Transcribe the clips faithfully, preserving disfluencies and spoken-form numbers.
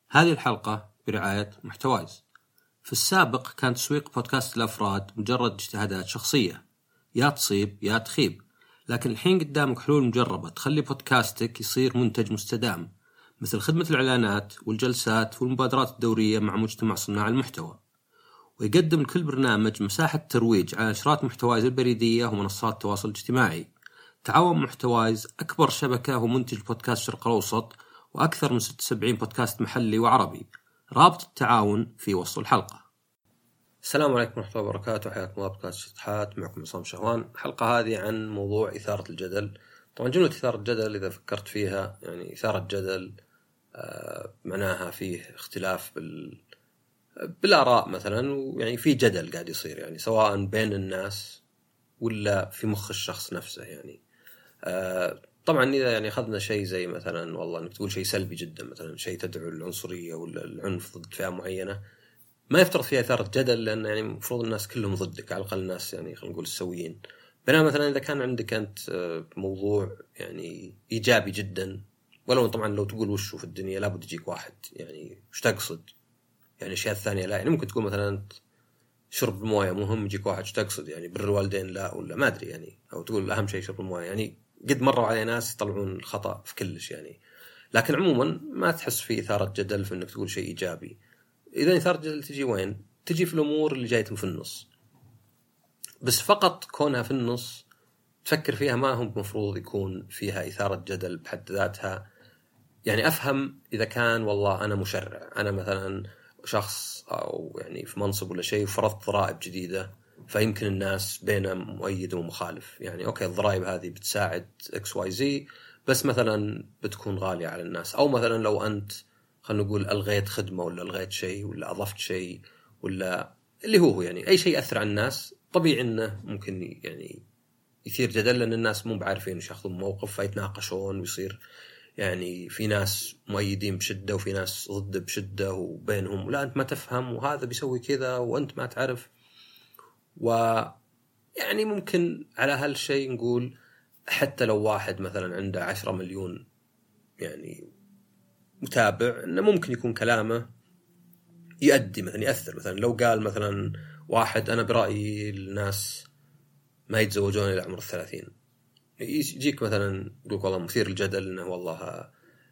هذه الحلقة برعاية محتوايز. في السابق كان تسويق بودكاست الأفراد مجرد اجتهادات شخصية، يا تصيب يا تخيب، لكن الحين قدامك حلول مجربة تخلي بودكاستك يصير منتج مستدام، مثل خدمة الإعلانات والجلسات والمبادرات الدورية مع مجتمع صناع المحتوى. ويقدم لكل برنامج مساحة ترويج على نشرات محتوايز البريدية ومنصات التواصل الاجتماعي. تعاون محتوايز أكبر شبكة ومنتج بودكاست الشرق الأوسط، وأكثر من ستة وسبعين بودكاست محلي وعربي. رابط التعاون في وصف الحلقة. السلام عليكم ورحمة الله وبركاته، حياكم الله بودكاست شطحات، معكم عصام شهوان. الحلقة هذه عن موضوع إثارة الجدل. طبعا جملة إثارة الجدل إذا فكرت فيها، يعني إثارة جدل آه معناها فيه اختلاف بال بالآراء مثلا، ويعني في جدل قاعد يصير، يعني سواء بين الناس ولا في مخ الشخص نفسه. يعني آه طبعا إذا يعني أخذنا شيء زي مثلا والله إنك تقول شيء سلبي جدا، مثلا شيء تدعو للعنصرية ولا العنف ضد فئة معينة، ما يفترض فيها إثارة جدل، لأن يعني مفروض الناس كلهم ضدك، على الأقل الناس يعني خلينا نقول السويين. بينما مثلا إذا كان عندك أنت موضوع يعني إيجابي جدا، ولو طبعا لو تقول وشو في الدنيا لابد يجيك واحد يعني وش تقصد، يعني الأشياء الثانية لا، يعني ممكن تقول مثلا أنت شرب الموية مهم، يجيك واحد وش تقصد، يعني بر الوالدين لا، ولا ما أدري يعني، أو تقول أهم شيء شرب الموية. يعني قد مروا علي ناس يطلعون الخطأ في كلش يعني. لكن عموما ما تحس في إثارة جدل في إنك تقول شيء إيجابي. إذا إثارة جدل تجي وين؟ تجي في الأمور اللي جايتهم في النص، بس فقط كونها في النص تفكر فيها ما هم مفروض يكون فيها إثارة جدل بحد ذاتها. يعني أفهم إذا كان والله أنا مشرع، أنا مثلا شخص أو يعني في منصب ولا شيء وفرضت ضرائب جديدة، فيمكن الناس بين مؤيد ومخالف. يعني أوكي الضرائب هذه بتساعد إكس واي زي، بس مثلا بتكون غالية على الناس. أو مثلا لو أنت خلنا نقول ألغيت خدمة ولا ألغيت شيء ولا أضفت شيء ولا اللي هو يعني أي شيء أثر على الناس، طبيعي إنه ممكن يعني يثير جدل، لأن الناس مو بعارفين وش ياخذون موقف فيتناقشون، ويصير يعني في ناس مؤيدين بشدة وفي ناس ضد بشدة، وبينهم لا أنت ما تفهم وهذا بيسوي كذا وأنت ما تعرف. ويعني ممكن على هالشيء نقول حتى لو واحد مثلا عنده عشرة مليون يعني متابع، إنه ممكن يكون كلامه يؤدي مثلا يأثر. مثلا لو قال مثلا واحد أنا برأيي الناس ما يتزوجون إلى عمر الثلاثين، يجيك مثلا يقولك والله مثير الجدل إنه والله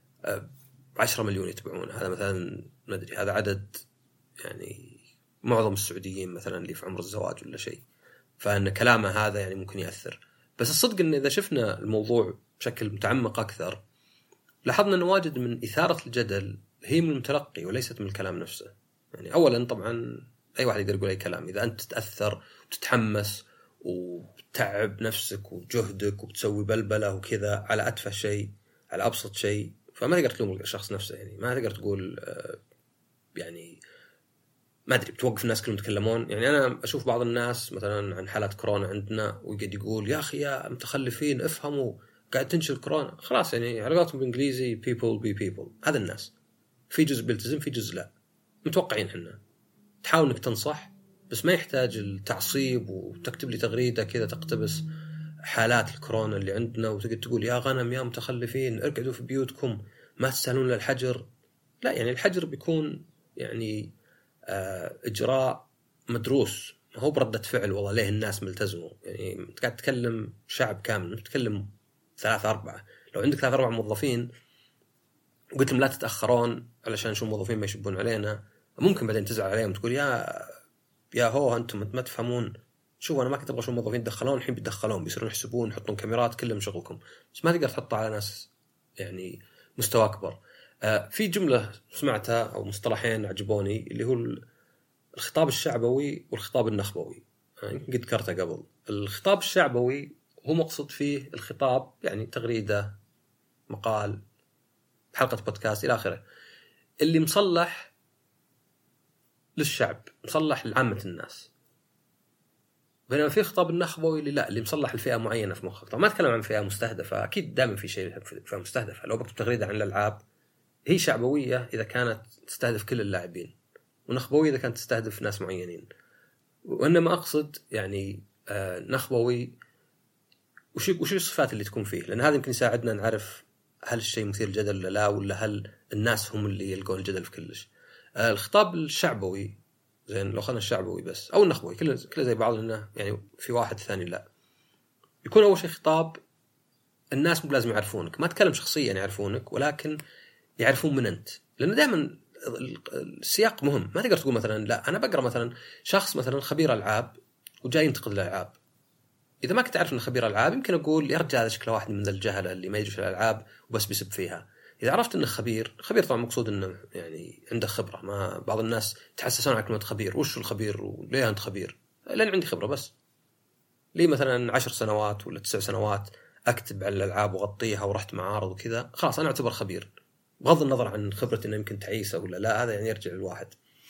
عشرة مليون يتبعون، هذا مثلا ما أدري، هذا عدد يعني معظم السعوديين مثلا اللي في عمر الزواج ولا شيء، فإن كلامه هذا يعني ممكن يأثر. بس الصدق إن إذا شفنا الموضوع بشكل متعمق أكثر، لاحظنا أنه واجد من إثارة الجدل هي من المتلقي وليست من الكلام نفسه. يعني أولا طبعا أي واحد يقدر يقول أي كلام، إذا أنت تتأثر وتتحمس وتتعب نفسك وجهدك وبتسوي بلبلة وكذا على أتفه شيء، على أبسط شيء، فما تقدر تلوم الشخص نفسه. يعني ما تقدر تقول يعني ما أدري بتوقف الناس كلهم يتكلمون. يعني أنا أشوف بعض الناس مثلا عن حالات كورونا عندنا ويقعد يقول يا أخي يا متخلفين افهموا، قاعد تنشل كورونا. خلاص يعني علاقاتهم بالإنجليزي people be people، هذا الناس في جزء بيلتزم في جزء لا. متوقعين حنا تحاول إنك تنصح، بس ما يحتاج التعصيب وتكتب لي تغريدة كذا تقتبس حالات الكورونا اللي عندنا وتقعد تقول يا غنم يا متخلفين ارقدوا في بيوتكم ما تستاهلون للحجر. لا، يعني الحجر بيكون يعني آه إجراء مدروس، هو بردة فعل والله ليه الناس ملتزموا. يعني قاعد تتكلم شعب كامل، تتكلم ثلاثة أربعة. لو عندك ثلاثة أربعة موظفين وقلت لهم لا تتأخرون علشان شو الموظفين ما يشبون علينا، ممكن بعدين تزعل عليهم تقول يا يا هو أنتم ما تفهمون، شوف أنا ما كنت أبغى شو الموظفين يدخلون، الحين بيدخلون بيصيرون يحسبون يحطون كاميرات كلهم شغلكم، بس ما تقدر تحطه على ناس يعني مستوى أكبر. آه في جملة سمعتها أو مصطلحين عجبوني، اللي هو الخطاب الشعبوي والخطاب النخبوي. يمكن قد ذكرتها قبل. الخطاب الشعبوي هو مقصود فيه الخطاب يعني تغريدة، مقال، حلقة بودكاست إلى آخره، اللي مصلح للشعب، مصلح لعامة الناس. بينما في خطاب النخبوي اللي لا، اللي مصلح الفئة معينة في مخك. طبعا ما أتكلم عن فئة مستهدفة، أكيد دائما في شيء فئة مستهدفة. لو بكتب تغريدة عن الألعاب هي شعبوية إذا كانت تستهدف كل اللاعبين، ونخبوية إذا كانت تستهدف ناس معينين. وإنما أقصد يعني آه نخبوي وش وش الصفات اللي تكون فيه، لأن هذا يمكن يساعدنا نعرف هل الشيء مثير جدل ولا لا، ولا هل الناس هم اللي يلقون الجدل في كلش. آه الخطاب الشعبوي زين، لو خلنا الشعبوي بس أو النخبوي كله كله زي بعض، لأنه يعني في واحد ثاني لا، يكون أول شيء خطاب الناس مو لازم يعرفونك، ما تكلم شخصيا يعرفونك، ولكن يعرفون من أنت، لأنه دائما السياق مهم. ما تقدر تقول مثلا لا أنا بقرأ مثلا شخص مثلا خبير ألعاب وجاي ينتقد الألعاب، إذا ما كنت أعرف إنه خبير ألعاب يمكن أقول يا رجال هذا شكله واحد من الجهلة اللي ما يدري في الألعاب وبس بيسب فيها. إذا عرفت إنه خبير، خبير طبعا مقصود إنه يعني عنده خبرة. ما بعض الناس تحسسون على كلمة خبير، وش الخبير وليه أنت خبير؟ لأن عندي خبرة بس، لي مثلا عشر سنوات ولا تسع سنوات أكتب على الألعاب وغطيها ورحت معارض وكذا، خلاص أنا أعتبر خبير، بغض النظر عن خبرتي إنه يمكن تعيسة ولا لا، هذا يعني يرجع للواحد.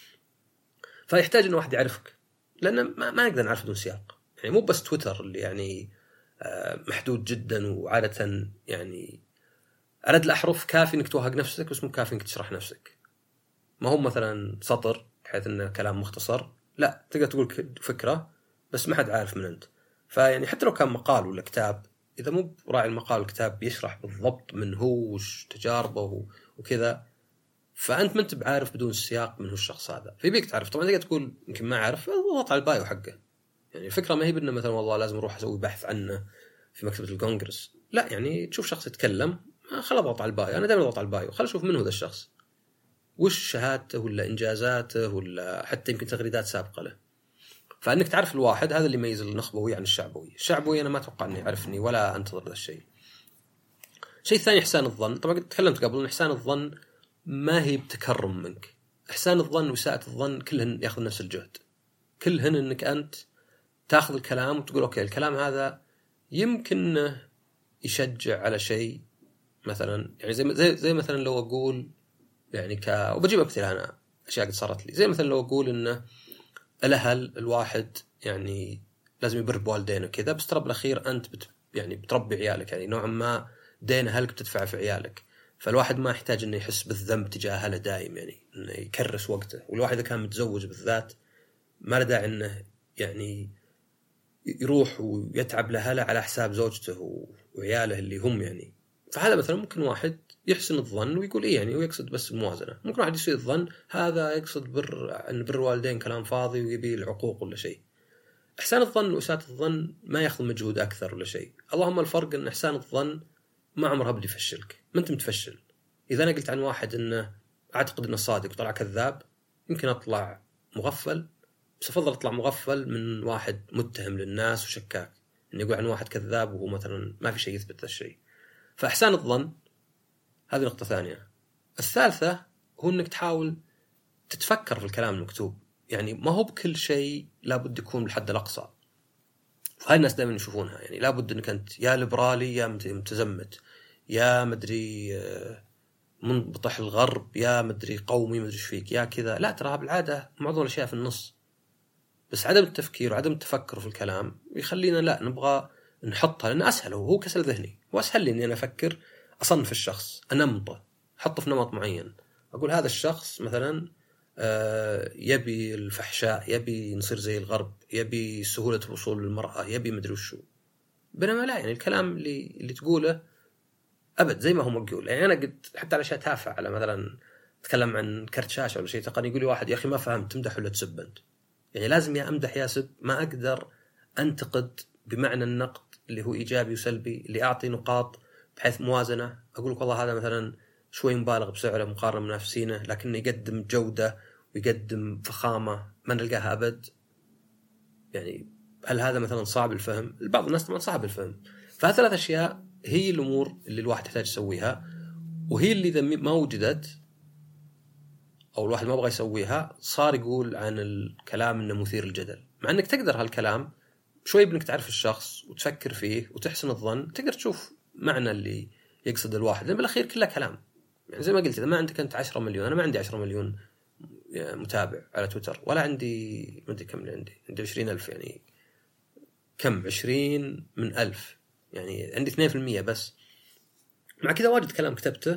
فيحتاج إنه واحد يعرفك، لأن ما, ما نقدر نعرف بدون سياق. يعني مو بس تويتر اللي يعني محدود جدا، وعادة يعني عدد الأحرف كافي إنك توهق نفسك، بس مو كافي إنك تشرح نفسك. ما هو مثلا سطر بحيث إنه كلام مختصر، لا تقدر تقول فكرة بس ما حد عارف من أنت. فيعني حتى لو كان مقال ولا كتاب، إذا مو راعي المقال والكتاب بيشرح بالضبط من هو وش تجاربه وكذا، فأنت ما أنت بعارف بدون السياق من هو الشخص هذا. في بيك تعرف طبعا، تقدر تقول يمكن ما أعرف، ضغط على البايو حقه. يعني الفكرة ما هي بأنه مثلا والله لازم أروح أسوي بحث عنه في مكتبة الكونغرس، لا يعني تشوف شخص يتكلم، خل أضغط على البايو. أنا دائما أضغط على البايو، خل أشوف منه ذا الشخص، وش شهادته ولا إنجازاته ولا حتى يمكن تغريدات سابقة له. فأنك تعرف الواحد هذا اللي يميز النخبوي عن الشعبوي. الشعبوي أنا ما أتوقع أنه يعرفني ولا أنتظر ذا الشيء. شيء ثاني إحسان الظن. طبعا تكلمت قبل أن إحسان الظن ما هي بتكرم منك. إحسان الظن وساءة الظن كلهن يأخذ نفس الجهد، كلهن أنك أنت تأخذ الكلام وتقول أوكي الكلام هذا يمكن يشجع على شيء مثلا. يعني زي زي زي مثلا لو أقول يعني ك وبجيب أمثلة أنا أشياء قد صارت لي، زي مثلا لو أقول إنه الأهل الواحد يعني لازم يبر بوالدينه كذا، بس ترى بالأخير أنت بت يعني بتربي عيالك، يعني نوعا ما دين أهلك بتدفع في عيالك. فالواحد ما يحتاج إنه يحس بالذنب تجاه أهله دائم، يعني إنه يكرس وقته. والواحد إذا كان متزوج بالذات ما له داعي إنه يعني يروح ويتعب لهله على حساب زوجته وعياله اللي هم يعني. فهذا مثلا ممكن واحد يحسن الظن ويقول إيه يعني ويقصد بس الموازنة. ممكن واحد يسوي الظن هذا يقصد بر أن بر والدين كلام فاضي ويبي العقوق ولا شيء. إحسان الظن وإساءة الظن ما يأخذ مجهود أكثر ولا شيء. اللهم الفرق أن إحسان الظن ما عمرها بدي يفشلك، ما أنت متفشل. إذا أنا قلت عن واحد أنه أعتقد أنه صادق وطلع كذاب، يمكن أطلع مغفل، بس أفضل أطلع مغفل من واحد متهم للناس وشكاك إنه يقول عن واحد كذاب وهو مثلا ما في شيء يثبت الشيء. فإحسان الظن هذه نقطة ثانية. الثالثة هو أنك تحاول تتفكر في الكلام المكتوب. يعني ما هو بكل شيء لابد يكون بالحد الأقصى، وهاي الناس دائما يشوفونها. يعني لابد أنك أنت يا ليبرالي يا متزمت يا مدري منبطح الغرب يا مدري قومي مدري فيك يا كذا. لا ترى بالعادة معظم الأشياء في النص. بس عدم التفكير وعدم التفكر في الكلام يخلينا لا نبغى نحطها، لأنه أسهل وهو كسل ذهني. وأسهل لي أني أنا أفكر أصنف الشخص أنمطه، حطه في نمط معين، أقول هذا الشخص مثلا يبي الفحشاء، يبي نصير زي الغرب، يبي سهولة الوصول للمرأة، يبي مدري وشو. بينما لا، يعني الكلام اللي اللي تقوله أبد زي ما هو مقول. يعني أنا قد حتى على أشياء تافهة، على مثلا تكلم عن كرت شاشة ولا شيء تقني، يقول لي واحد يا أخي ما فهمت تمدح ولا تسب أنت؟ يعني لازم يا أمدح يا سب، ما أقدر أنتقد بمعنى النقد اللي هو إيجابي وسلبي، اللي أعطي نقاط بحيث موازنة. أقول لك والله هذا مثلا شوي مبالغ بسعره مقارنة بمنافسينه، لكنه يقدم جودة ويقدم فخامة ما نلقاها أبد. يعني هل هذا مثلا صعب الفهم؟ البعض الناس طبعا صعب الفهم. فهالثلاث أشياء هي الأمور اللي الواحد يحتاج يسويها، وهي اللي إذا ما وجدت أو الواحد ما بغى يسويها صار يقول عن الكلام إنه مثير الجدل. مع إنك تقدر هالكلام شوي بإنك تعرف الشخص وتفكر فيه وتحسن الظن، تقدر تشوف معنى اللي يقصد الواحد. لأن بالأخير كله كلام. يعني زي ما قلت إذا ما عندك أنت عشرة مليون، أنا ما عندي عشرة مليون متابع على تويتر، ولا عندي ما أدري كم اللي عندي عندي عشرين ألف. يعني كم عشرين من ألف، يعني عندي اثنين في المية بس. مع كذا واجد كلام كتبته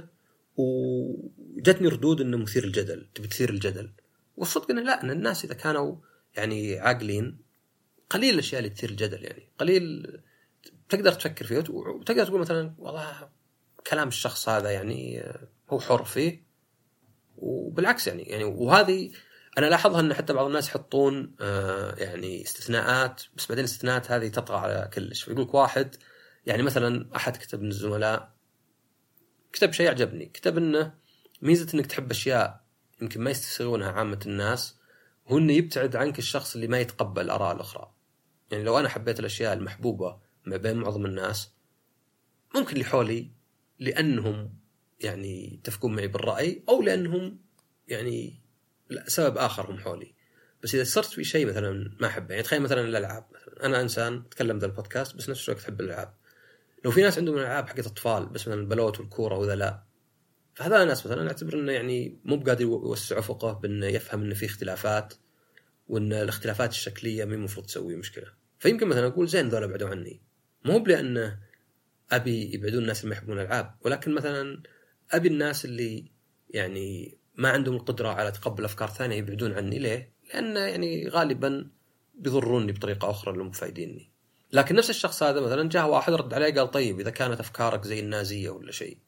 وجتني ردود إنه مثير الجدل، تبي تثير الجدل. والصدق إنه لا، إن الناس إذا كانوا يعني عاقلين قليل الأشياء اللي تثير الجدل. يعني قليل تقدر تفكر فيه وتقدر تقول مثلا والله كلام الشخص هذا يعني هو حر فيه، وبالعكس يعني يعني وهذه أنا لاحظها أن حتى بعض الناس يحطون آه يعني استثناءات، بس بعدين الاستثناءات هذه تطغى على كلش. فيقولك واحد يعني مثلا أحد كتب من الزملاء كتب شيء عجبني، كتب أنه ميزة أنك تحب أشياء يمكن ما يستسيغونها عامة الناس هو أنه يبتعد عنك الشخص اللي ما يتقبل الآراء الأخرى. يعني لو أنا حبيت الأشياء المحبوبة ما بين معظم الناس، ممكن اللي حولي لأنهم يعني يتفقون معي بالرأي، أو لأنهم يعني سبب آخر هم حولي. بس إذا صرت في شيء مثلا ما أحبه، يعني تخيل مثلا الألعاب، مثلا أنا إنسان أتكلم ذا البودكاست بس نفس الوقت أحب الألعاب. لو في ناس عندهم الألعاب حقت أطفال بس مثلا البلوت والكورة وذا لا، فهذا الناس مثلا نعتبر إنه يعني مو بقادر يوسع أفقه بإنه يفهم إنه في اختلافات، وإن الاختلافات الشكلية مين المفروض تسوي مشكلة. فيمكن مثلا أقول زين ذولا بعدوا عني، مو بلأنه أبي يبعدون الناس اللي ما يحبون الألعاب، ولكن مثلا أبي الناس اللي يعني ما عندهم القدرة على تقبل أفكار ثانية يبعدون عني. ليه؟ لأن يعني غالبا بيضروني بطريقة أخرى اللي مفيديني. لكن نفس الشخص هذا مثلا جاء واحد رد عليه قال طيب إذا كانت أفكارك زي النازية ولا شيء،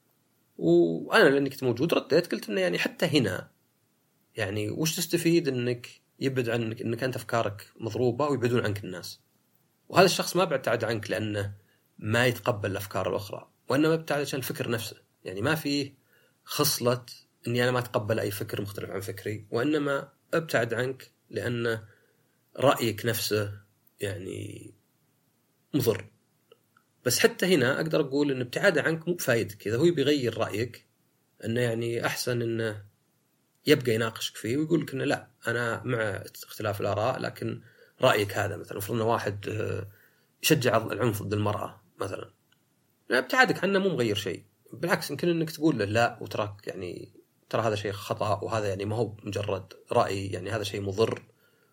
وأنا لأني كنت موجود رديت قلت إنه يعني حتى هنا يعني وش تستفيد إنك يبعد عنك إنك أنت أفكارك مضروبة ويبعدون عنك الناس، وهذا الشخص ما ابتعد عنك لأنه ما يتقبل الأفكار الأخرى، وإنما ابتعد عشان الفكر نفسه. يعني ما فيه خصلة إني أنا ما أتقبل أي فكر مختلف عن فكري، وإنما ابتعد عنك لأن رأيك نفسه يعني مضر. بس حتى هنا أقدر أقول إن ابتعاده عنك مو بفايدك. إذا هو بيغير رأيك إنه يعني أحسن إنه يبقى يناقشك فيه ويقول لك إنه لا أنا مع اختلاف الآراء، لكن رأيك هذا مثلا فرضنا واحد يشجع العنف ضد المرأة مثلا، ابتعادك عنه مو مغير شيء. بالعكس يمكن إنك تقول له لا وتراك يعني ترى هذا شيء خطأ، وهذا يعني ما هو مجرد رأي، يعني هذا شيء مضر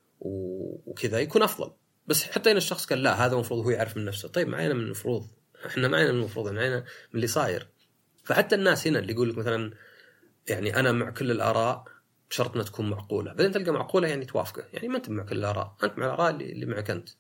وكذا يكون أفضل. بس حتى إن الشخص قال لا هذا المفروض هو يعرف من نفسه، طيب معنا من المفروض إحنا معنا من المفروض معنا من اللي صاير. فحتى الناس هنا اللي يقول لك مثلا يعني أنا مع كل الآراء بشرط أنها تكون معقولة، بعدين تلقى معقولة يعني توافقه، يعني ما أنت مع كل الآراء، أنت مع الآراء اللي معك أنت.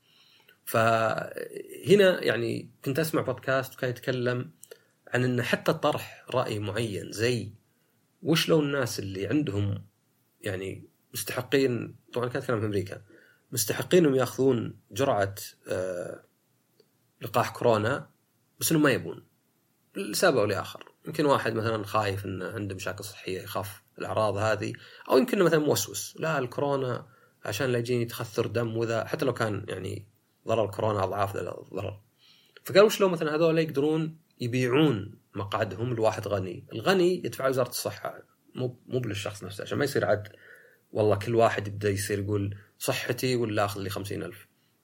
فهنا يعني كنت أسمع بودكاست وكان يتكلم عن أن حتى طرح رأي معين زي وش لو الناس اللي عندهم يعني مستحقين، طبعا كانت كلام في أمريكا، مستحقين انهم ياخذون جرعة آه لقاح كورونا بس انهم ما يبون لسبب او لاخر. يمكن واحد مثلا خايف انه عنده مشاكل صحية يخاف الاعراض هذه، او يمكن مثلا موسوس لا الكورونا عشان لا يجيني تخثر دم، وذا حتى لو كان يعني ضرر الكورونا اضعاف الضرر. فقالوا وش لو مثلا هذول يقدرون يبيعون مقعدهم لواحد غني، الغني يدفع وزارة الصحة مو مو للشخص نفسه، عشان ما يصير عاد والله كل واحد يبدأ يصير يقول صحتي ولا أخذ لي خمسين ألف.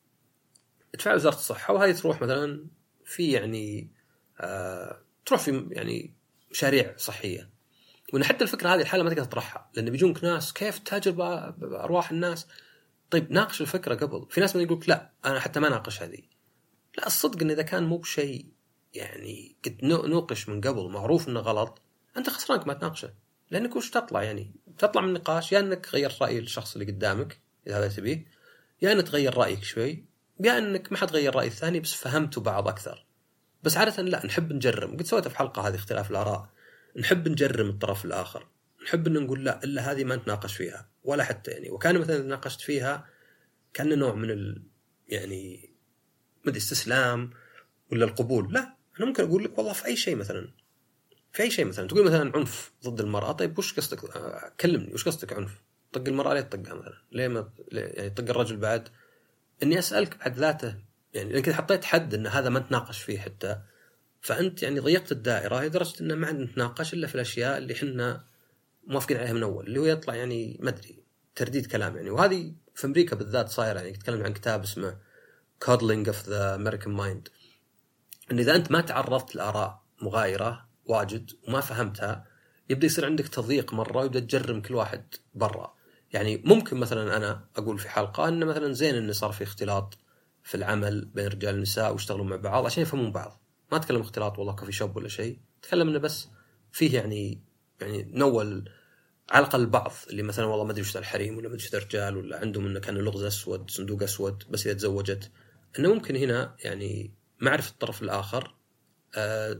ادفع وزارة الصحة، وهذه تروح مثلا في يعني آه تروح في يعني مشاريع صحية. وإن حتى الفكرة هذه الحالة ما تقدر تطرحها لأن بيجونك ناس كيف تتاجر بأرواح الناس. طيب ناقش الفكرة قبل. في ناس من يقولك لا أنا حتى ما ناقش هذه. لا الصدق إن إذا كان مو بشيء يعني قد نوقش من قبل معروف إنه غلط، أنت خسرانك ما تناقشه، لأنك وش تطلع يعني تطلع من النقاش يا يعني أنك غير رأي الشخص اللي قدامك إذا هذا تبيه، يا يعني أنك تغير رأيك شوي، يا يعني أنك ما حد غير رأي الثاني بس فهمتوا بعض أكثر. بس عادة لا نحب نجرم، قد سويتها في حلقة هذه اختلاف الآراء، نحب نجرم الطرف الآخر، نحب أن نقول لا إلا هذه ما نتناقش فيها ولا حتى يعني، وكان مثلا ناقشت فيها كان نوع من ال يعني مدى استسلام ولا القبول. لا أنا ممكن أقول لك والله في أي شيء مثلا في أي شيء مثلا تقول مثلا عنف ضد المرأة، طيب وش قصدك؟ كلمني وش قصدك عنف؟ طق المرأة ليه تطقها مثلا؟ ليه ما يعني طق الرجل بعد؟ إني أسألك بعد ذاته يعني لأنك حطيت حد إن هذا ما نتناقش فيه حتى، فأنت يعني ضيقت الدائرة لدرجة إن ما عندنا نتناقش إلا في الأشياء اللي حنا موافقين عليها من أول، اللي هو يطلع يعني ما أدري ترديد كلام يعني. وهذه في أمريكا بالذات صايرة يعني. تكلم عن كتاب اسمه Coddling of the American Mind، إن إذا أنت ما تعرضت لآراء مغايرة واجد وما فهمتها يبدأ يصير عندك تضييق مرة ويبدأ تجرم كل واحد برا. يعني ممكن مثلا أنا أقول في حلقة أن مثلا زين إن صار في اختلاط في العمل بين رجال والنساء ويشتغلون مع بعض عشان يفهمون بعض، ما أتكلم اختلاط والله كافي شوب ولا شيء، أتكلم إنه بس فيه يعني يعني نول على الأقل البعض اللي مثلا والله ما أدري وش الحريم ولا ما أدري وش الرجال ولا عندهم إنه كان لغز أسود صندوق أسود بس إذا تزوجت، إنه ممكن هنا يعني معرفة الطرف الآخر أه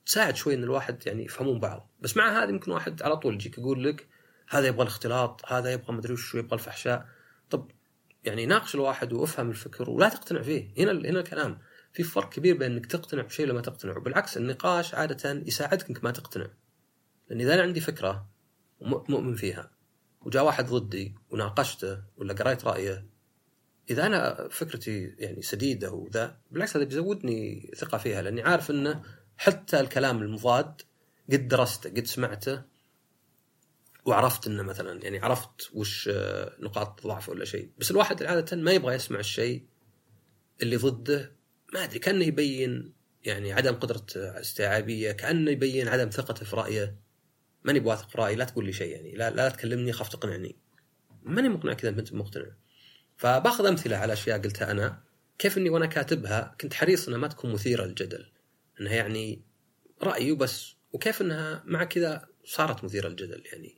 تساعد شوي ان الواحد يعني يفهمون بعض. بس مع هذا يمكن واحد على طول يجيك يقول لك هذا يبغى الاختلاط، هذا يبغى مدري وش، يبغى الفحشاء. طب يعني ناقش الواحد وافهم الفكر ولا تقتنع فيه. هنا هنا الكلام، في فرق كبير بين انك تقتنع بشيء ولا ما تقتنع. وبالعكس النقاش عاده يساعدك انك ما تقتنع. لان اذا انا عندي فكره ومؤمن فيها وجاء واحد ضدي وناقشته ولا قرأت رايه، اذا انا فكرتي يعني سديده وذا، بالعكس هذا بيزودني ثقه فيها، لاني عارف انه حتى الكلام المضاد قد درسته، قد سمعته، وعرفت انه مثلا يعني عرفت وش نقاط ضعفه ولا شيء. بس الواحد عاده ما يبغى يسمع الشيء اللي ضده، ما ادري، كانه يبين يعني عدم قدره استيعابيه، كانه يبين عدم ثقته في رايه. ماني بواثق في رايي، لا تقول لي شيء يعني، لا لا تكلمني خاف تقنعني. ماني مقنع كذا، انت مقتنع. فباخذ امثله على اشياء قلتها انا، كيف اني وانا كاتبها كنت حريص انها ما تكون مثيره للجدل، انها يعني رايي وبس، وكيف انها مع كذا صارت مثيره للجدل. يعني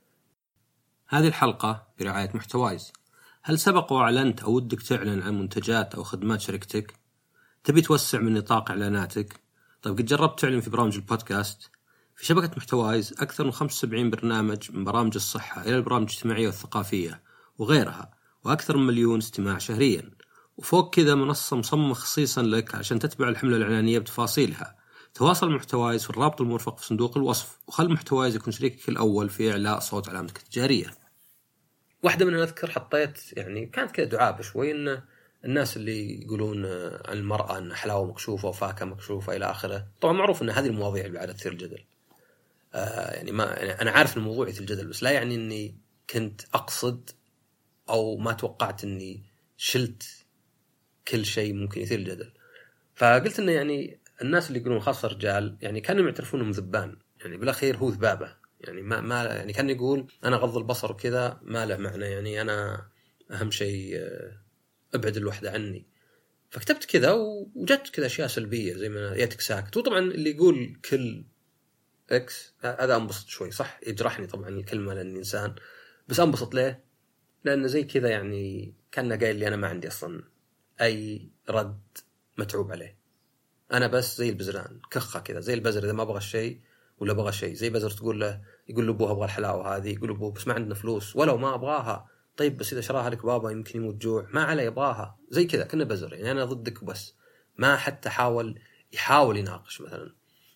هذه الحلقه برعايه محتوايز. هل سبق واعلنت او ودك تعلن عن منتجات او خدمات شركتك؟ تبي توسع من نطاق اعلاناتك؟ طيب قد جربت تعلن في برامج البودكاست؟ في شبكه محتوايز اكثر من خمسة وسبعين برنامج، من برامج الصحه الى البرامج الاجتماعيه والثقافيه وغيرها، وأكثر من مليون استماع شهريا. وفوق كذا منصة مصممة خصيصا لك عشان تتبع الحملة الإعلانية بتفاصيلها. تواصل محتوايز في الرابط المرفق في صندوق الوصف، وخل محتوايز يكون شريكك الأول في إعلاء صوت علامتك التجارية. واحدة من أذكر حطيت يعني كانت كذا دعابة شوي، إن الناس اللي يقولون عن المرأة أن حلاوة مكشوفة وفاكهة مكشوفة إلى آخره. طبعا معروف أن هذه المواضيع اللي عادة تثير الجدل. آه يعني ما يعني أنا عارف الموضوع يثير الجدل، بس لا يعني إني كنت أقصد أو ما توقعت أني شلت كل شيء ممكن يثير الجدل. فقلت إنه يعني الناس اللي يقولون خاصة رجال يعني كانوا يعترفون إنهم ذبان، يعني بالأخير هو ذبابة، يعني ما ما يعني كان يقول أنا غض البصر وكذا ما له معنى، يعني أنا أهم شيء أبعد الوحدة عني. فكتبت كذا وجدت كذا أشياء سلبية زي ما ياتك ساكت. وطبعا اللي يقول كل إكس هذا أنبسط شوي، صح يجرحني طبعا الكلمة لأني إنسان، بس أنبسط ليه؟ لأن زي كذا يعني كان قايل لي أنا ما عندي أصلا أي رد متعوب عليه، أنا بس زي البزران كخة كذا، زي البزر إذا ما بغى الشيء ولا بغى شيء، زي بزر تقول له يقول له أبوها أبغى الحلاوة هذه، يقول أبوه بس ما عندنا فلوس ولو ما أبغاها. طيب بس إذا شراها لك بابا يمكن يموت جوع، ما عليه يبغاها. زي كذا كنا بزر، يعني أنا ضدك وبس، ما حتى حاول يحاول يناقش مثلا.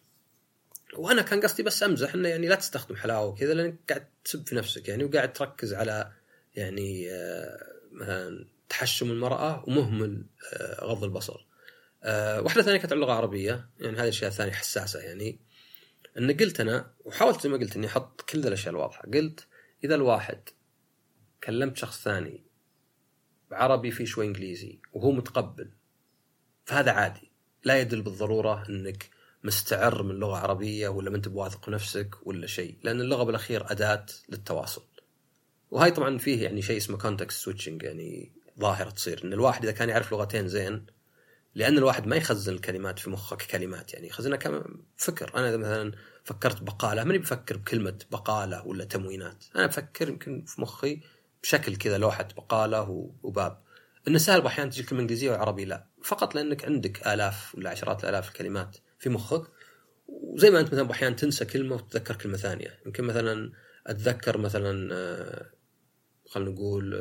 وأنا كان قصدي بس أمزح إنه يعني لا تستخدم حلاوة كذا لأنك قاعد تسب في نفسك يعني، وقاعد تركز على يعني مثلا تحشم المرأة ومهمل غض البصر. واحدة ثانية كانت اللغة العربية، يعني هذه الأشياء الثانية حساسة، يعني أن قلت أنا وحاولت زي ما قلت إني أحط كل الأشياء الواضحة. قلت إذا الواحد كلمت شخص ثاني بعربي فيه شوي إنجليزي وهو متقبل فهذا عادي، لا يدل بالضرورة أنك مستعر من لغة عربية ولا من تبواثق نفسك ولا شيء، لأن اللغة بالأخير أداة للتواصل. وهاي طبعا فيه يعني شيء اسمه context switching، يعني ظاهرة تصير إن الواحد إذا كان يعرف لغتين زين، لأن الواحد ما يخزن الكلمات في مخك كلمات، يعني يخزنها كما فكر. أنا إذا مثلا فكرت بقالة ماني بفكر بكلمة بقالة ولا تموينات، أنا بفكر يمكن في مخي بشكل كذا لوحة بقالة وباب. إنه سهل أحيانا تجي كلمة إنجليزية وعربي لا، فقط لأنك عندك آلاف ولا عشرات الآلاف الكلمات في مخك. وزي ما أنت مثلا أحيانا تنسى كلمة وتتذكر كلمة ثانية. يمكن مثلا أتذكر مثلا خلنا نقول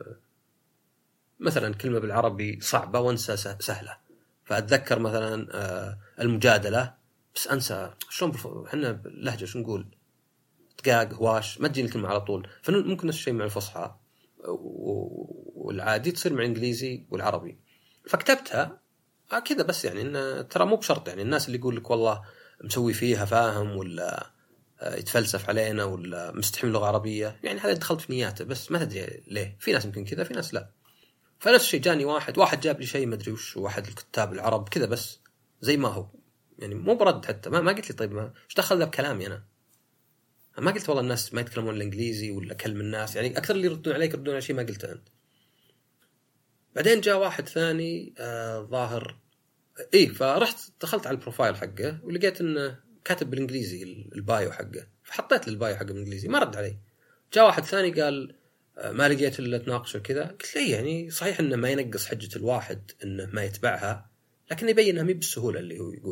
مثلا كلمة بالعربي صعبة وانسى سهلة، فأتذكر مثلا المجادلة بس أنسى شلون إحنا باللهجة شو نقول دقاق هواش، ما تجيني الكلمة على طول. فممكن نفس الشيء مع الفصحى والعادي تصير مع الإنجليزي والعربي. فكتبتها كذا بس، يعني إن ترى مو بشرط يعني الناس اللي يقول لك والله مسوي فيها فاهم ولا يتفلسف علينا ولا مستحيل لغة عربية، يعني هذا دخلت في نياته بس ما تدري ليه. في ناس يمكن كذا في ناس لا. فنفس الشيء جاني واحد واحد جاب لي شيء ما ادري وش، واحد الكتاب العرب كذا بس زي ما هو، يعني مو برد حتى، ما ما قلت لي طيب ما ايش دخل ذا بكلامي انا؟ ما قلت والله الناس ما يتكلمون الانجليزي ولا كلم الناس، يعني اكثر اللي يردون عليك يردون على شيء ما قلته انت. بعدين جاء واحد ثاني آه ظاهر ايه، فرحت دخلت على البروفايل حقه ولقيت انه كاتب بالانجليزي البايو حقه، فحطيت البايو حقه بالانجليزي ما رد علي. جاء واحد ثاني قال ما لقيت الا تناقشه كذا. قلت لي يعني صحيح انه ما ينقص حجة الواحد انه ما يتبعها، لكن يبين انها مي بالسهولة اللي هو يقولها.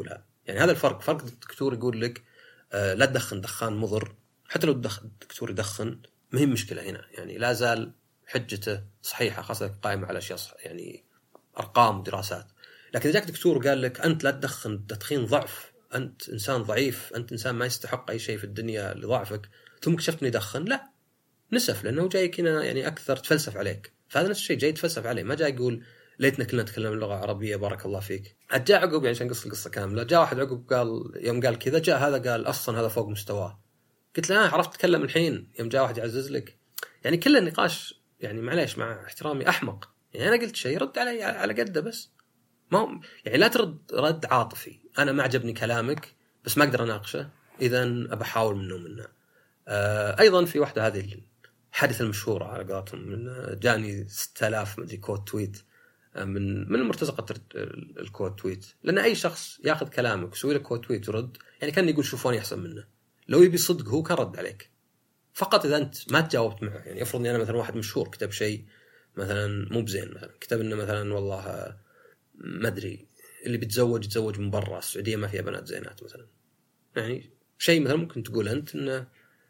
يعني هذا الفرق. فرق الدكتور يقول لك آه لا تدخن دخان مضر، حتى لو الدكتور يدخن مهم مشكلة هنا، يعني لا زال حجته صحيحة، خاصة قائمة على أشياء يعني أرقام ودراسات. لكن إذا جاك دكتور قال لك أنت لا تدخن، تدخين ضعف، أنت إنسان ضعيف، أنت إنسان ما يستحق أي شيء في الدنيا لضعفك، ثم اكتشفت إنه يدخن، لا نسف، لأنه جاي هنا يعني أكثر تفلسف عليك. فهذا نفس الشيء، جاي يتفلسف عليه، ما جاي يقول ليتنا كلنا نتكلم اللغة العربية بارك الله فيك. جاء عقب يعني عشان قصة القصة كاملة، جاء واحد عقب قال يوم قال كذا، جاء هذا قال أصلا هذا فوق مستواه. قلت له عرفت تتكلم الحين يوم جاء واحد يعزز لك. يعني كل النقاش يعني معليش مع احترامي أحمق. يعني أنا قلت شيء رد علي على قده بس، ما هو يعني لا ترد رد عاطفي. أنا ما عجبني كلامك بس ما أقدر أناقشه، إذن أبحاول منه منه. آه أيضا في واحدة هذه الحادثة المشهورة على قولتهم، من جاني ستة آلاف مدري كود تويت من من مرتزقة الكود تويت، لأن أي شخص يأخذ كلامك ويسوي لك كود تويت ورد، يعني كان يقول شوفوني أحسن منه. لو يبي صدق هو كان رد عليك فقط إذا أنت ما تجاوبت معه. يعني أفرض أني أنا مثلا واحد مشهور كتب شيء مثلا مو بزين، مثلا كتب إنه مثلا والله ما أدري اللي بيتزوج يتزوج من برا، السعودية ما فيها بنات زينات مثلا، يعني شيء مثلا ممكن تقول أنت إنه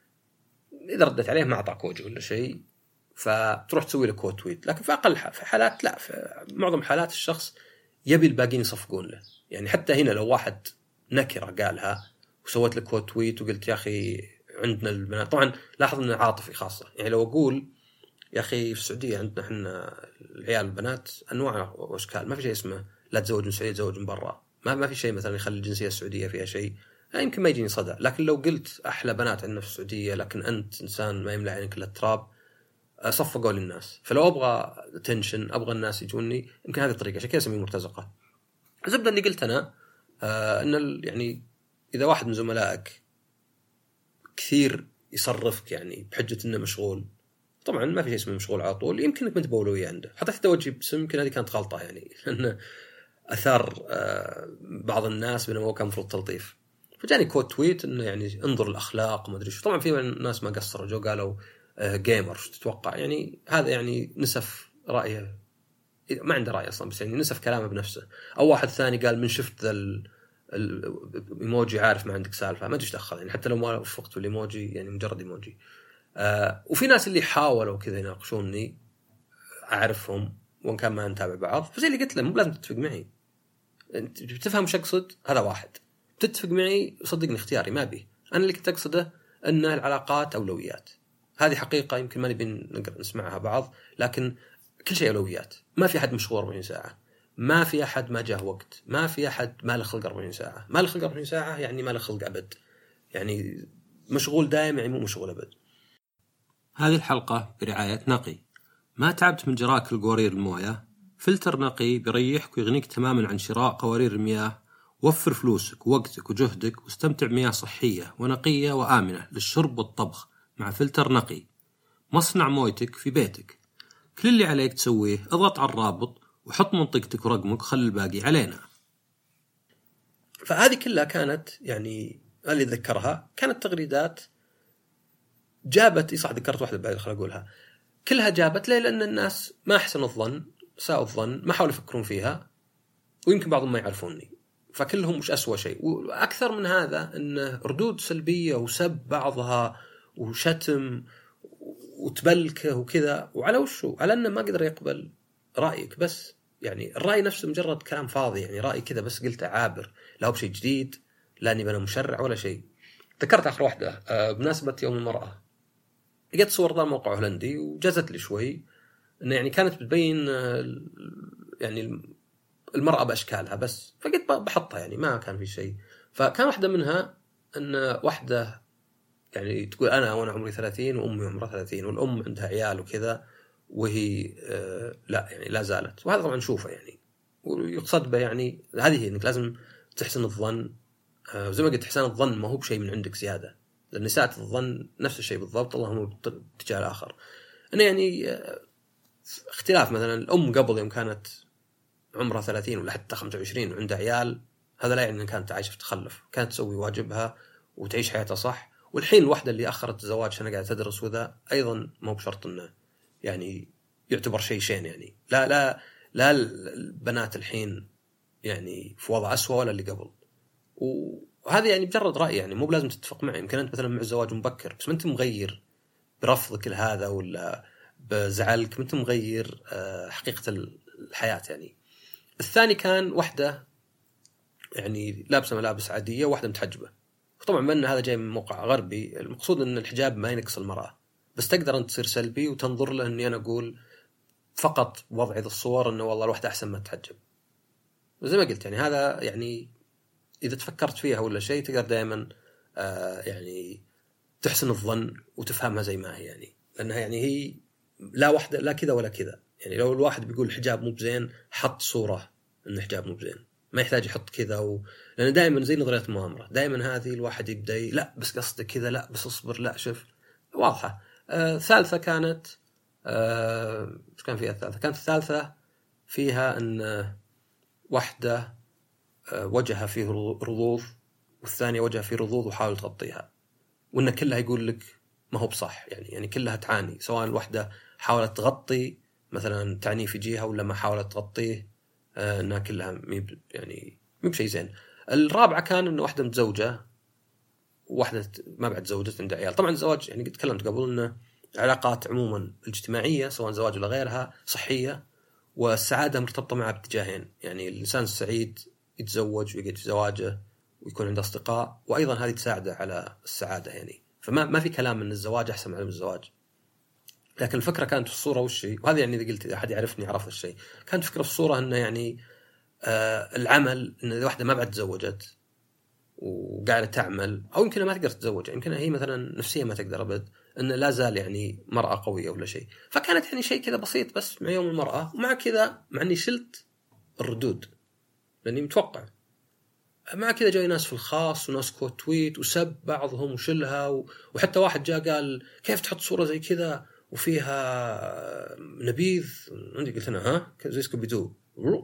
إذا ردت عليه ما أعطاك وجه ولا شيء، فتروح تسوي له كود تويت. لكن في أقل في حالات لا، في معظم حالات الشخص يبي الباقين يصفقون له. يعني حتى هنا لو واحد نكرة قالها وسويت له كود تويت وقلت يا أخي عندنا البنات، طبعا لاحظ إنه عاطفي خاصة. يعني لو أقول يا أخي في السعودية عندنا إحنا العيال البنات أنواع وأشكال، ما في شيء اسمه لا تزوج من سعودية تزوج من برا، ما ما في شيء مثلا يخلي الجنسية السعودية فيها شيء، يمكن ما يجيني صدى. لكن لو قلت أحلى بنات عندنا في السعودية لكن أنت إنسان ما يملأ عينك إلا التراب، صفقوا للناس. فلو أبغى تنشن، أبغى الناس يجوني، يمكن هذه الطريقة، عشان كذا اسميه مرتزقة. زبدة اللي قلت أنا آه إن يعني إذا واحد من زملائك كثير يصرفك يعني بحجة إنه مشغول، طبعا ما في شيء اسمه مشغول على طول، يمكن إنك ما بأولوية عنده، حتى توجه باسم، يمكن هذه كانت غلطة يعني لأن أثار آه بعض الناس بينما هو كان مفروض تلطيف. فجاني كود تويت إنه يعني انظر الأخلاق وما أدري شو. طبعا في ناس ما قصروا جو قالوا آه جيمر شو تتوقع، يعني هذا يعني نسف رأيه، ما عنده رأي أصلا، بس يعني نسف كلامه بنفسه. أو واحد ثاني قال من شفت ذا الإيموجي عارف ما عندك سالفة، ما تدش دخل يعني حتى لو ما وفقت بالإيموجي، يعني مجرد إيموجي. آه وفي ناس اللي حاولوا كذا يناقشوني أعرفهم وإن كان ما نتابع بعض، فزي اللي قلت له مو لازم تتفق معي، أنت بتفهم وش أقصد، هذا واحد. تتفق معي صدقني اختياري ما بي، أنا اللي كنت أقصده أن العلاقات أولويات. هذه حقيقة يمكن ما نبي نقدر نسمعها بعض، لكن كل شيء أولويات. ما في أحد مشغول أربعين ساعة، ما في أحد ما جاه وقت، ما في أحد ما له خلق أربعين ساعة. ما له خلق أربعين ساعة يعني ما له خلق أبد، يعني مشغول دائم يعني مو مشغول أبد. هذه الحلقة برعاية نقي. ما تعبت من جراك القوارير الموية؟ فلتر نقي بيريحك ويغنيك تماما عن شراء قوارير المياه. وفر فلوسك ووقتك وجهدك واستمتع بمياه صحية ونقية وآمنة للشرب والطبخ مع فلتر نقي. مصنع مويتك في بيتك. كل اللي عليك تسويه اضغط على الرابط وحط منطقتك ورقمك وخلي الباقي علينا. فهذه كلها كانت يعني اللي ذكرها كانت تغريدات جابت صح، ذكرت واحدة بعد خل أقولها. كلها جابت ليه؟ لأن الناس ما أحسنوا الظن، ساءوا الظن، ما حاولوا يفكرون فيها، ويمكن بعضهم ما يعرفوني، فكلهم مش أسوأ شيء. وأكثر من هذا أن ردود سلبية وسب بعضها وشتم وتبلكه وكذا، وعلى وشو؟ على أنه ما قدر يقبل رأيك. بس يعني الرأي نفسه مجرد كلام فاضي، يعني رأي كذا بس قلت عابر، لا هو بشيء جديد، لا أني بنا مشرع ولا شيء. ذكرت آخر واحدة بمناسبة يوم المرأة، لقيت صور ذا موقع هولندي وجازت لي شوي، إنه يعني كانت بتبين يعني المرأة بأشكالها بس، فقلت بحطها يعني ما كان في شيء. فكان واحدة منها أن واحدة يعني تقول أنا وأنا عمري ثلاثين وأمي عمرها ثلاثين والأم عندها عيال وكذا، وهي آه لا يعني لا زالت. وهذا طبعا نشوفه يعني، ويقصد به يعني هذه إنك لازم تحسن الظن. آه زي ما قلت إحسان الظن ما هو بشيء من عندك زيادة، لأن ساعة الظن نفس الشيء بالضبط، اللهم باتجاه الآخر. أنا يعني آه اختلاف مثلا الأم قبل يوم كانت عمرها ثلاثين ولا حتى خمسة وعشرين وعندها عيال، هذا لا يعني أنها كانت عايشة في تخلف، كانت تسوي واجبها وتعيش حياتها صح. والحين الوحدة اللي أخرت الزواج عشان قاعدة تدرس وذا أيضا مو بشرط إنه يعني يعتبر شيء شين. يعني لا لا لا البنات الحين يعني في وضع أسوأ ولا اللي قبل. وهذا يعني مجرد رأي، يعني مو بلازم تتفق معي. يمكن أنت مثلا مع الزواج مبكر بس ما أنت مغير برفضك لهذا ولا بزعلك، ما أنت مغير حقيقة الحياة. يعني الثاني كان واحدة يعني لابسة ملابس عادية وواحدة متحجبة. طبعا بأن هذا جاي من موقع غربي، المقصود أن الحجاب ما ينقص المرأة، بس تقدر أنت تصير سلبي وتنظر له أني أنا أقول فقط وضع ذا الصور أنه والله الواحدة أحسن ما تتحجب. وزي ما قلت يعني هذا يعني إذا تفكرت فيها ولا شيء تقدر دائما آه يعني تحسن الظن وتفهمها زي ما هي، يعني لأنها يعني هي لا واحدة لا كذا ولا كذا. يعني لو الواحد بيقول الحجاب مو بزين حط صورة إن الحجاب مو بزين، ما يحتاج يحط كذا و... لأن دائما زي نظرية المؤامرة، دائما هذه الواحد يبدأ لا بس قصدك كذا، لا بس اصبر، لا شوف واضحة. آه ثالثة كانت آه كان فيها الثالثة كانت الثالثة فيها أن واحدة آه وجهها فيه رضوض والثانية وجهها فيه رضوض وحاول تغطيها، وإن كلها يقول لك ما هو بصح. يعني يعني كلها تعاني، سواء الوحدة حاولت تغطي مثلا تعني في جهة ولا ما حاولت تغطيه، آه انها كلها ميب يعني مو بشيء زين. الرابعة كان انه واحدة متزوجة وواحدة ما بعد تزوجت عندها عيال. طبعا الزواج يعني قد تكلمت قبل انه علاقات عموما الاجتماعية سواء زواج ولا غيرها صحية، والسعادة مرتبطة معها باتجاهين. يعني الإنسان السعيد يتزوج ويقعد في زواجه ويكون عنده أصدقاء، وأيضا هذه تساعده على السعادة. يعني فما ما في كلام أن الزواج أحسن من الزواج. لكن الفكرة كانت في الصورة والشيء، وهذا يعني إذا قلت إذا أحد يعرفني عرف الشيء. كانت فكرة في الصورة أنه يعني آه العمل، أن إذا واحدة ما بعد تزوجت وقاعدة تعمل أو يمكن ما تقدر تتزوج، يمكن هي مثلا نفسيا ما تقدر أبد، أن لا زال يعني مرأة قوية ولا شيء. فكانت يعني شيء كذا بسيط بس مع يوم المرأة، ومع كذا مع أني شلت الردود لأني متوقع، مع كذا جاي ناس في الخاص وناس كوت تويت وسب بعضهم وشلها و... وحتى واحد جاء قال كيف تحط صورة زي كذا وفيها نبيذ. عندي قلت أنا ها زي سكوبيدو،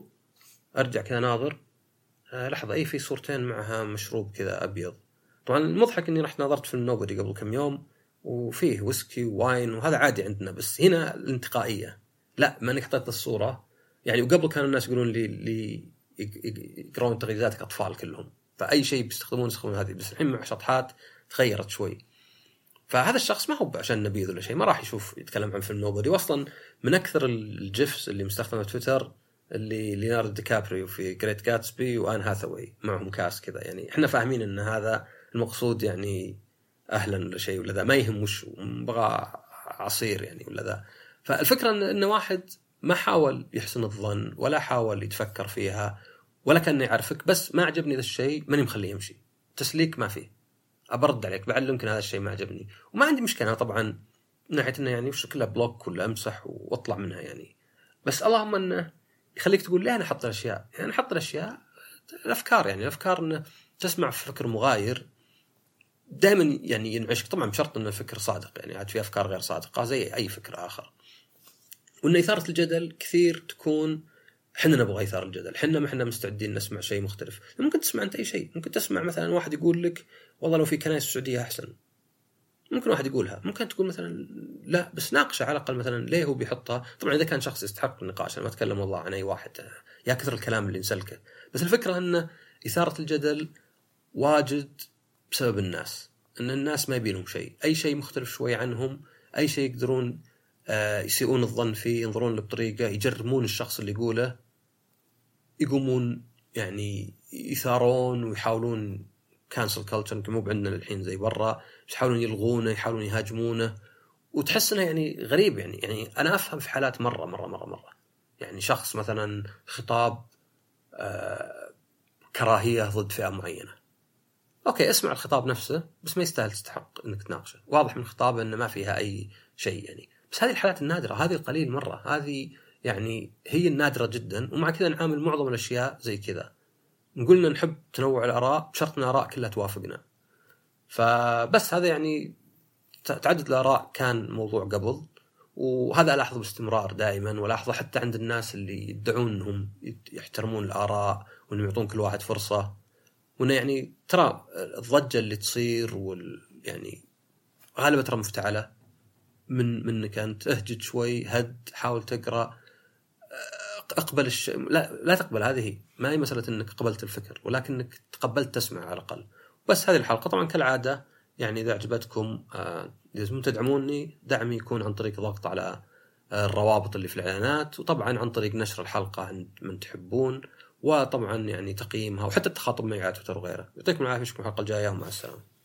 أرجع كذا ناظر آه لحظة أي في صورتين معها مشروب كذا أبيض. طبعا المضحك إني رحت نظرت في النوبري قبل كم يوم وفيه ويسكي وواين وهذا عادي عندنا، بس هنا الانتقائية لا ما نحطت الصورة يعني. وقبل كانوا الناس يقولون لي لي يقرون تغريداتك أطفال كلهم، فأي شيء بيستخدمون يستخدمون هذه، بس الحين مع شطحات تغيرت شوي. فهذا الشخص ما هو عشان نبيذ ولا شيء، ما راح يشوف يتكلم عن فيلم نوبري. واصلا من أكثر الجيفس اللي مستخدمة في تويتر اللي ليوناردو دي كابريو في جريت جاتسبي وآن هاثاوي معهم كاس كذا، يعني احنا فاهمين ان هذا المقصود يعني اهلا ولا شيء ولا ذا، ما يهم وش بغى عصير يعني ولا ذا. فالفكرة ان, إن واحد ما حاول يحسن الظن ولا حاول يتفكر فيها ولا كان يعرفك، بس ما عجبني ذا الشيء ماني مخليه يمشي، تسليك ما فيه، أبرد عليك بعلمك ان هذا الشيء ما عجبني وما عندي مشكلة طبعا من ناحية انه يعني وش كلها بلوك ولا امسح واطلع منها يعني. بس اللهم انه يخليك تقول ليه أنا أحط الأشياء، يعني أحط الأشياء الأفكار، يعني الأفكار إنه تسمع فكر مغاير دائما يعني ينعشك، طبعا بشرط إنه الفكر صادق، يعني عاد في أفكار غير صادقة زي أي فكر آخر. وإن إثارة الجدل كثير تكون حنا نبغى إثارة الجدل، حنا ما حنا مستعدين نسمع شيء مختلف. ممكن تسمع أنت أي شيء، ممكن تسمع مثلا واحد يقول لك والله لو في كنائس السعودية أحسن، ممكن واحد يقولها، ممكن تقول مثلا لا بس ناقشه على الأقل مثلا ليه هو بيحطها. طبعا إذا كان شخص يستحق النقاش، أنا ما أتكلم والله عن أي واحد يا كثر الكلام اللي نسلكه، بس الفكرة أن إثارة الجدل واجد بسبب الناس، أن الناس ما يبينهم شيء، أي شيء مختلف شوي عنهم، أي شيء يقدرون يسيئون الظن فيه، ينظرون له بطريقة يجرمون الشخص اللي يقوله، يقومون يعني يثارون ويحاولون كانسل كلتشر مو بعندنا الحين زي برا، يحاولون يلغونه، يحاولون يهاجمونه، وتحس انه يعني غريب. يعني يعني انا افهم في حالات مره مره مره مره يعني شخص مثلا خطاب آه كراهيه ضد فئه معينه، اوكي اسمع الخطاب نفسه بس ما يستاهل تستحق انك تناقشه، واضح من خطابه انه ما فيها اي شيء يعني. بس هذه الحالات النادره، هذه القليل مره، هذه يعني هي النادره جدا، ومع كذا نعامل معظم الاشياء زي كذا، نقولنا نحب تنوع الآراء بشرط أن الآراء كلها توافقنا. فبس هذا يعني تعدد الآراء كان موضوع قبل، وهذا ألاحظه باستمرار دائما، ولاحظه حتى عند الناس اللي يدعون أنهم يحترمون الآراء وأنهم يعطون كل واحد فرصة، وأنه يعني ترى الضجة اللي تصير وال يعني غالبا ترى مفتعلة من منك أنت، اهجد شوي، هد، حاول تقرأ، اقبل الش... لا لا تقبل، هذه ما هي مسألة انك قبلت الفكر، ولكنك تقبلت تسمع على الأقل. بس هذه الحلقة طبعا كالعادة يعني إذا عجبتكم آه لازم تدعموني. دعمي يكون عن طريق ضغط على آه الروابط اللي في الإعلانات، وطبعا عن طريق نشر الحلقة عند من تحبون، وطبعا يعني تقييمها، وحتى التخاطب معي على تويتر وغيره. يعطيكم العافية، اشوفكم الحلقة الجاية ومع السلامة.